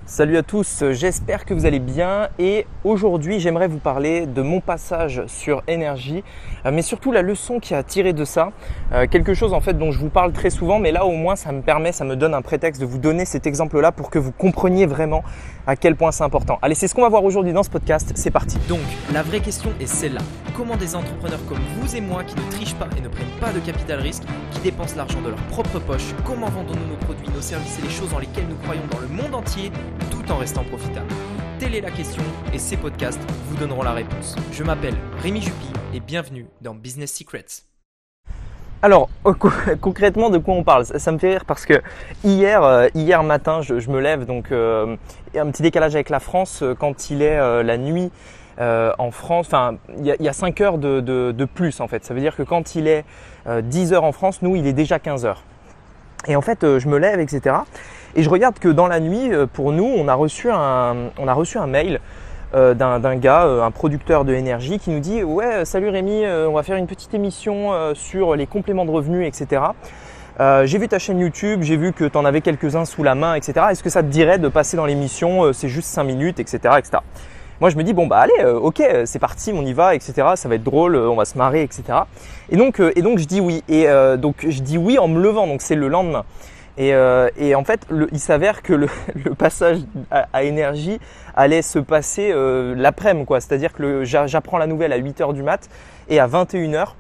Salut à tous, j'espère que vous allez bien et aujourd'hui j'aimerais vous parler de mon passage sur énergie, mais surtout la leçon qui a tiré de ça, quelque chose en fait dont je vous parle très souvent, mais là au moins ça me donne un prétexte de vous donner cet exemple-là pour que vous compreniez vraiment à quel point c'est important. Allez, c'est ce qu'on va voir aujourd'hui dans ce podcast, c'est parti. Donc, la vraie question est celle-là. Comment des entrepreneurs comme vous et moi qui ne trichent pas et ne prennent pas de capital risque, qui dépensent l'argent de leur propre poche, comment vendons-nous nos produits, nos services et les choses dans lesquelles nous croyons dans le monde entier, tout en restant profitables? Telle est la question et ces podcasts vous donneront la réponse. Je m'appelle Rémi Jupy et bienvenue dans Business Secrets. Alors concrètement de quoi on parle, ça me fait rire parce que hier matin je me lève, donc il y a un petit décalage avec la France quand il est la nuit en France, enfin il y a 5 heures de plus en fait, ça veut dire que quand il est 10 heures en France, nous il est déjà 15 heures. Et en fait je me lève etc. Et je regarde que dans la nuit pour nous on a reçu un mail d'un gars, un producteur de énergie qui nous dit « Ouais, salut Rémi, on va faire une petite émission sur les compléments de revenus, etc. J'ai vu ta chaîne YouTube, j'ai vu que tu en avais quelques-uns sous la main, etc. Est-ce que ça te dirait de passer dans l'émission? C'est juste 5 minutes, etc. etc. » Moi, je me dis « Bon, bah allez, ok, c'est parti, on y va, etc. Ça va être drôle, on va se marrer, etc. » Et donc je dis oui. Et donc, je dis oui en me levant, donc c'est le lendemain. Et en fait, il s'avère que le passage à énergie allait se passer l'après-midi, quoi. C'est-à-dire que j'apprends la nouvelle à 8h du mat et à 21h,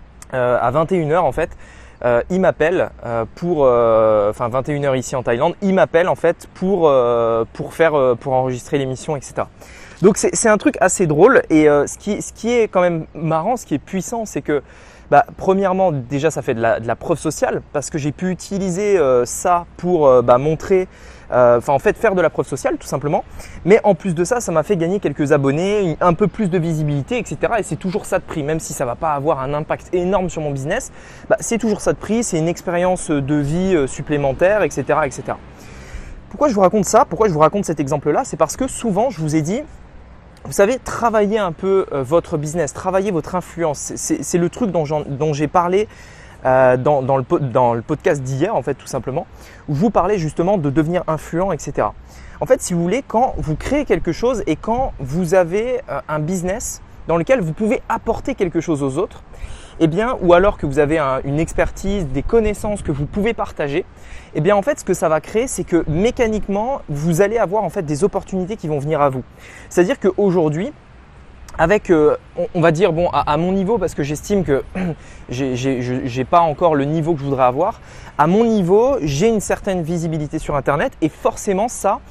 en fait, il m'appelle pour 21h ici en Thaïlande, il m'appelle en fait pour enregistrer l'émission, etc. Donc c'est un truc assez drôle et ce qui est quand même marrant, ce qui est puissant, c'est que premièrement, déjà, ça fait de la preuve sociale parce que j'ai pu utiliser ça pour montrer, en fait, faire de la preuve sociale tout simplement. Mais en plus de ça, ça m'a fait gagner quelques abonnés, un peu plus de visibilité, etc. Et c'est toujours ça de prix, même si ça va pas avoir un impact énorme sur mon business, c'est toujours ça de prix, c'est une expérience de vie supplémentaire, etc., etc. Pourquoi je vous raconte ça? Pourquoi je vous raconte cet exemple-là? C'est parce que souvent, je vous ai dit, vous savez, travaillez un peu votre business, travaillez votre influence. C'est le truc dont j'ai parlé dans le podcast d'hier, en fait, tout simplement, où je vous parlais justement de devenir influent, etc. En fait, si vous voulez, quand vous créez quelque chose et quand vous avez un business dans lequel vous pouvez apporter quelque chose aux autres, eh bien, ou alors que vous avez une expertise, des connaissances que vous pouvez partager, eh bien en fait ce que ça va créer, c'est que mécaniquement vous allez avoir en fait des opportunités qui vont venir à vous. C'est-à-dire qu'aujourd'hui, avec on va dire à mon niveau, parce que j'estime que j'ai pas encore le niveau que je voudrais avoir, à mon niveau j'ai une certaine visibilité sur internet et forcément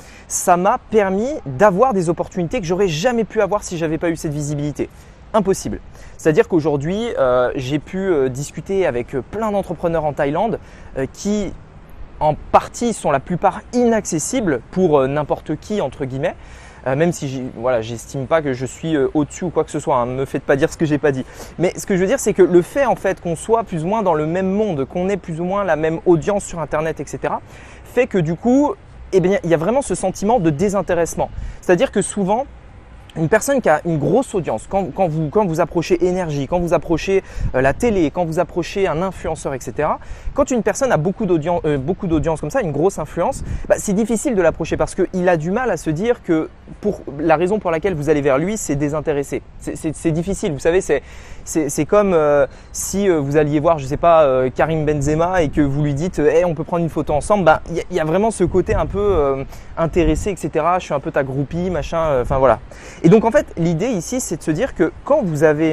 ça m'a permis d'avoir des opportunités que j'aurais jamais pu avoir si j'avais pas eu cette visibilité. Impossible. C'est-à-dire qu'aujourd'hui j'ai pu discuter avec plein d'entrepreneurs en Thaïlande qui en partie sont la plupart inaccessibles pour n'importe qui entre guillemets. Même si j'estime pas que je suis au-dessus ou quoi que ce soit, hein, ne me faites pas dire ce que j'ai pas dit. Mais ce que je veux dire, c'est que le fait en fait qu'on soit plus ou moins dans le même monde, qu'on ait plus ou moins la même audience sur internet, etc., fait que du coup, eh bien, il y a vraiment ce sentiment de désintéressement. C'est-à-dire que souvent, une personne qui a une grosse audience, quand vous approchez énergie, quand vous approchez la télé, quand vous approchez un influenceur, etc. Quand une personne a beaucoup d'audience comme ça, une grosse influence, c'est difficile de l'approcher parce qu'il a du mal à se dire que pour la raison pour laquelle vous allez vers lui, c'est désintéressé. C'est difficile, vous savez, c'est comme si vous alliez voir, je sais pas, Karim Benzema et que vous lui dites hey, on peut prendre une photo ensemble. Il y a vraiment ce côté un peu intéressé, etc. Je suis un peu ta groupie, machin, enfin voilà. Et donc en fait, l'idée ici, c'est de se dire que quand vous avez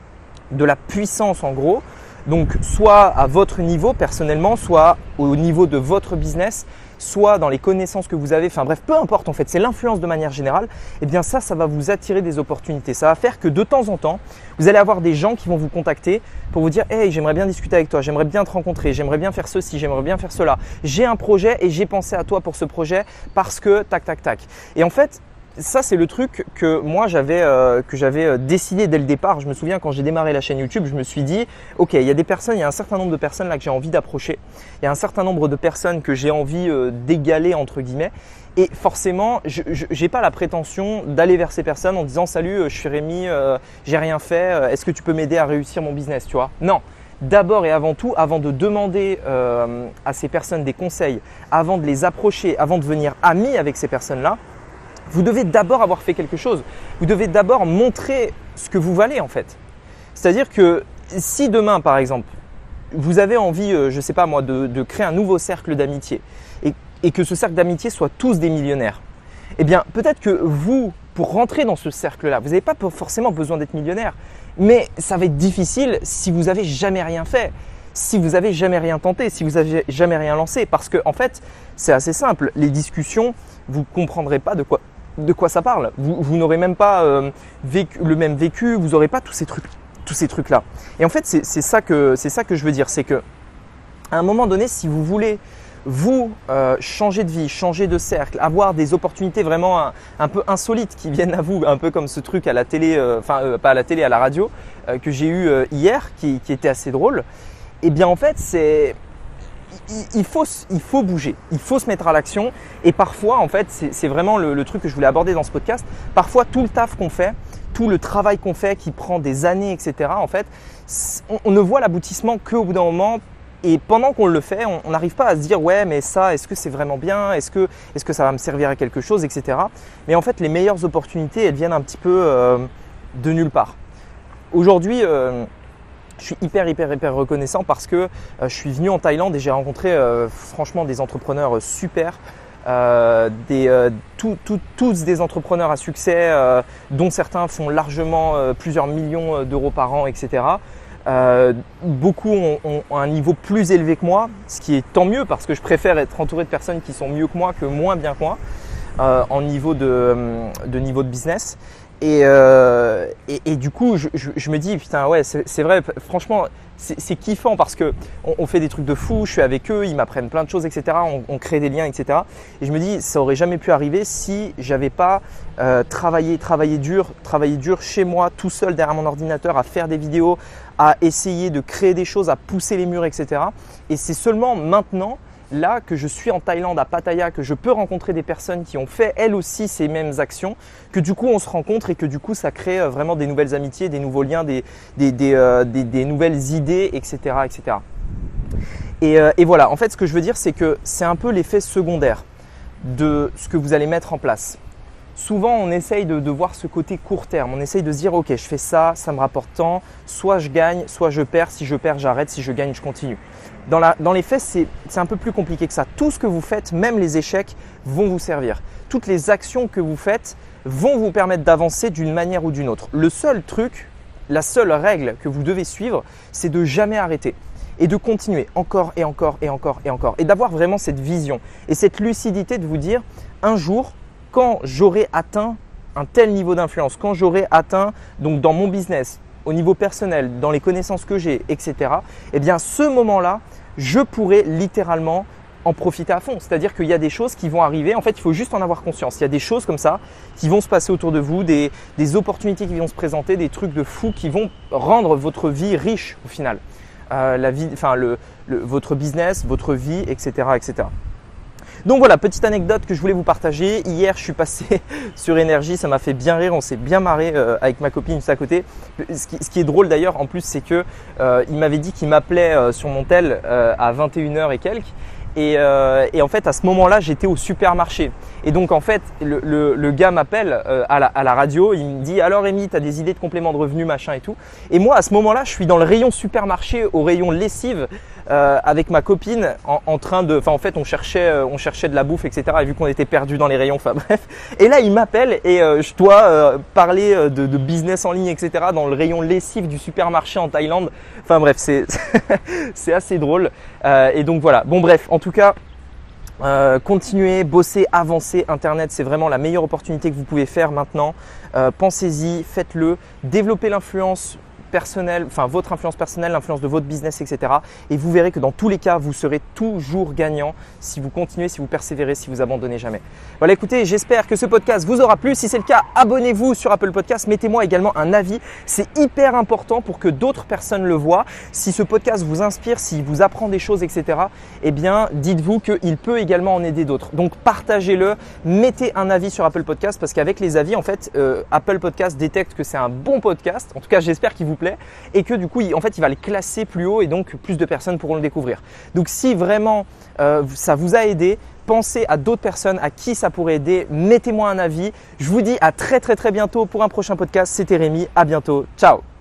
de la puissance en gros, donc soit à votre niveau personnellement, soit au niveau de votre business, soit dans les connaissances que vous avez, enfin bref, peu importe en fait, c'est l'influence de manière générale, eh bien ça va vous attirer des opportunités. Ça va faire que de temps en temps, vous allez avoir des gens qui vont vous contacter pour vous dire « Hey, j'aimerais bien discuter avec toi, j'aimerais bien te rencontrer, j'aimerais bien faire ceci, j'aimerais bien faire cela. J'ai un projet et j'ai pensé à toi pour ce projet parce que tac, tac, tac. » Et en fait, ça, c'est le truc que moi j'avais décidé dès le départ. Je me souviens quand j'ai démarré la chaîne YouTube, je me suis dit ok, il y a un certain nombre de personnes là que j'ai envie d'approcher. Il y a un certain nombre de personnes que j'ai envie d'égaler entre guillemets. Et forcément, je n'ai pas la prétention d'aller vers ces personnes en disant salut, je suis Rémi, j'ai rien fait, est-ce que tu peux m'aider à réussir mon business, tu vois? Non. d'abord et avant tout, avant de demander à ces personnes des conseils, avant de les approcher, avant de devenir ami avec ces personnes-là, vous devez d'abord avoir fait quelque chose. Vous devez d'abord montrer ce que vous valez en fait. C'est-à-dire que si demain, par exemple, vous avez envie, je ne sais pas moi, de créer un nouveau cercle d'amitié et que ce cercle d'amitié soit tous des millionnaires, eh bien peut-être que vous, pour rentrer dans ce cercle-là, vous n'avez pas forcément besoin d'être millionnaire, mais ça va être difficile si vous n'avez jamais rien fait, si vous n'avez jamais rien tenté, si vous n'avez jamais rien lancé. Parce que en fait, c'est assez simple. Les discussions, vous ne comprendrez pas de quoi ça parle. Vous n'aurez même pas le même vécu, vous n'aurez pas tous ces trucs-là. Et en fait, c'est ça que je veux dire. C'est qu'à un moment donné, si vous voulez changer de vie, changer de cercle, avoir des opportunités vraiment un peu insolites qui viennent à vous, un peu comme ce truc à la télé, pas à la télé, à la radio, que j'ai eu hier, qui était assez drôle. Eh bien en fait, il faut bouger, il faut se mettre à l'action. Et parfois, en fait, c'est vraiment le truc que je voulais aborder dans ce podcast. Parfois, tout le taf qu'on fait, tout le travail qu'on fait qui prend des années, etc. En fait, on ne voit l'aboutissement qu'au bout d'un moment. Et pendant qu'on le fait, on n'arrive pas à se dire ouais mais ça, est-ce que c'est vraiment bien, est-ce que ça va me servir à quelque chose, etc. Mais en fait, les meilleures opportunités, elles viennent un petit peu de nulle part. Aujourd'hui, je suis hyper reconnaissant parce que je suis venu en Thaïlande et j'ai rencontré franchement des entrepreneurs super, tous des entrepreneurs à succès, dont certains font largement plusieurs millions d'euros par an, etc. Beaucoup ont un niveau plus élevé que moi, ce qui est tant mieux parce que je préfère être entouré de personnes qui sont mieux que moi que moins bien que moi en niveau de business. Et du coup, je me dis putain ouais c'est vrai, franchement c'est kiffant parce que on fait des trucs de fou, je suis avec eux, ils m'apprennent plein de choses, etc. On crée des liens, etc. Et je me dis ça aurait jamais pu arriver si j'avais pas travaillé dur chez moi tout seul derrière mon ordinateur à faire des vidéos, à essayer de créer des choses, à pousser les murs, etc. Et c'est seulement maintenant là que je suis en Thaïlande à Pattaya, que je peux rencontrer des personnes qui ont fait elles aussi ces mêmes actions, que du coup on se rencontre et que du coup ça crée vraiment des nouvelles amitiés, des nouveaux liens, des nouvelles idées, etc. etc. Et voilà, en fait ce que je veux dire c'est que c'est un peu l'effet secondaire de ce que vous allez mettre en place. Souvent on essaye de voir ce côté court terme, on essaye de se dire ok je fais ça, ça me rapporte tant, soit je gagne, soit je perds, si je perds j'arrête, si je gagne je continue. Dans les faits c'est un peu plus compliqué que ça. Tout ce que vous faites, même les échecs, vont vous servir. Toutes les actions que vous faites vont vous permettre d'avancer d'une manière ou d'une autre. Le seul truc, la seule règle que vous devez suivre, c'est de jamais arrêter et de continuer encore et encore et encore et encore et d'avoir vraiment cette vision et cette lucidité de vous dire un jour quand j'aurai atteint un tel niveau d'influence, quand j'aurai atteint donc dans mon business, au niveau personnel, dans les connaissances que j'ai, etc. Eh bien, ce moment-là, je pourrai littéralement en profiter à fond. C'est-à-dire qu'il y a des choses qui vont arriver. En fait, il faut juste en avoir conscience. Il y a des choses comme ça qui vont se passer autour de vous, des opportunités qui vont se présenter, des trucs de fou qui vont rendre votre vie riche au final. Votre business, votre vie, etc., etc. Donc voilà, petite anecdote que je voulais vous partager. Hier, je suis passé sur Énergie, ça m'a fait bien rire, on s'est bien marré avec ma copine juste à côté. Ce qui est drôle d'ailleurs en plus, c'est que il m'avait dit qu'il m'appelait sur mon tel à 21h et quelques. Et en fait, à ce moment-là, j'étais au supermarché. Et donc, en fait, le gars m'appelle à la radio. Il me dit « Alors, Rémi, tu as des idées de complément de revenus, machin et tout ?» Et moi, à ce moment-là, je suis dans le rayon supermarché, au rayon lessive, avec ma copine, en train de… Enfin, en fait, on cherchait de la bouffe, etc. Et vu qu'on était perdus dans les rayons, enfin bref. Et là, il m'appelle et je dois parler de business en ligne, etc. dans le rayon lessive du supermarché en Thaïlande. Enfin bref, c'est assez drôle. Et donc voilà. Bon bref, en tout cas, continuez, bossez, avancez. Internet, c'est vraiment la meilleure opportunité que vous pouvez faire maintenant. Pensez-y, faites-le, développez l'influence personnelle, enfin votre influence personnelle, l'influence de votre business, etc. Et vous verrez que dans tous les cas, vous serez toujours gagnant si vous continuez, si vous persévérez, si vous abandonnez jamais. Voilà, écoutez, j'espère que ce podcast vous aura plu. Si c'est le cas, abonnez-vous sur Apple Podcast. Mettez-moi également un avis. C'est hyper important pour que d'autres personnes le voient. Si ce podcast vous inspire, s'il vous apprend des choses, etc., eh bien, dites-vous qu'il peut également en aider d'autres. Donc, partagez-le. Mettez un avis sur Apple Podcast parce qu'avec les avis, en fait, Apple Podcast détecte que c'est un bon podcast. En tout cas, j'espère qu'il vous plaît. plaît et que du coup, il va le classer plus haut et donc plus de personnes pourront le découvrir. Donc si vraiment ça vous a aidé, pensez à d'autres personnes à qui ça pourrait aider, mettez-moi un avis. Je vous dis à très bientôt pour un prochain podcast. C'était Rémi, à bientôt, ciao.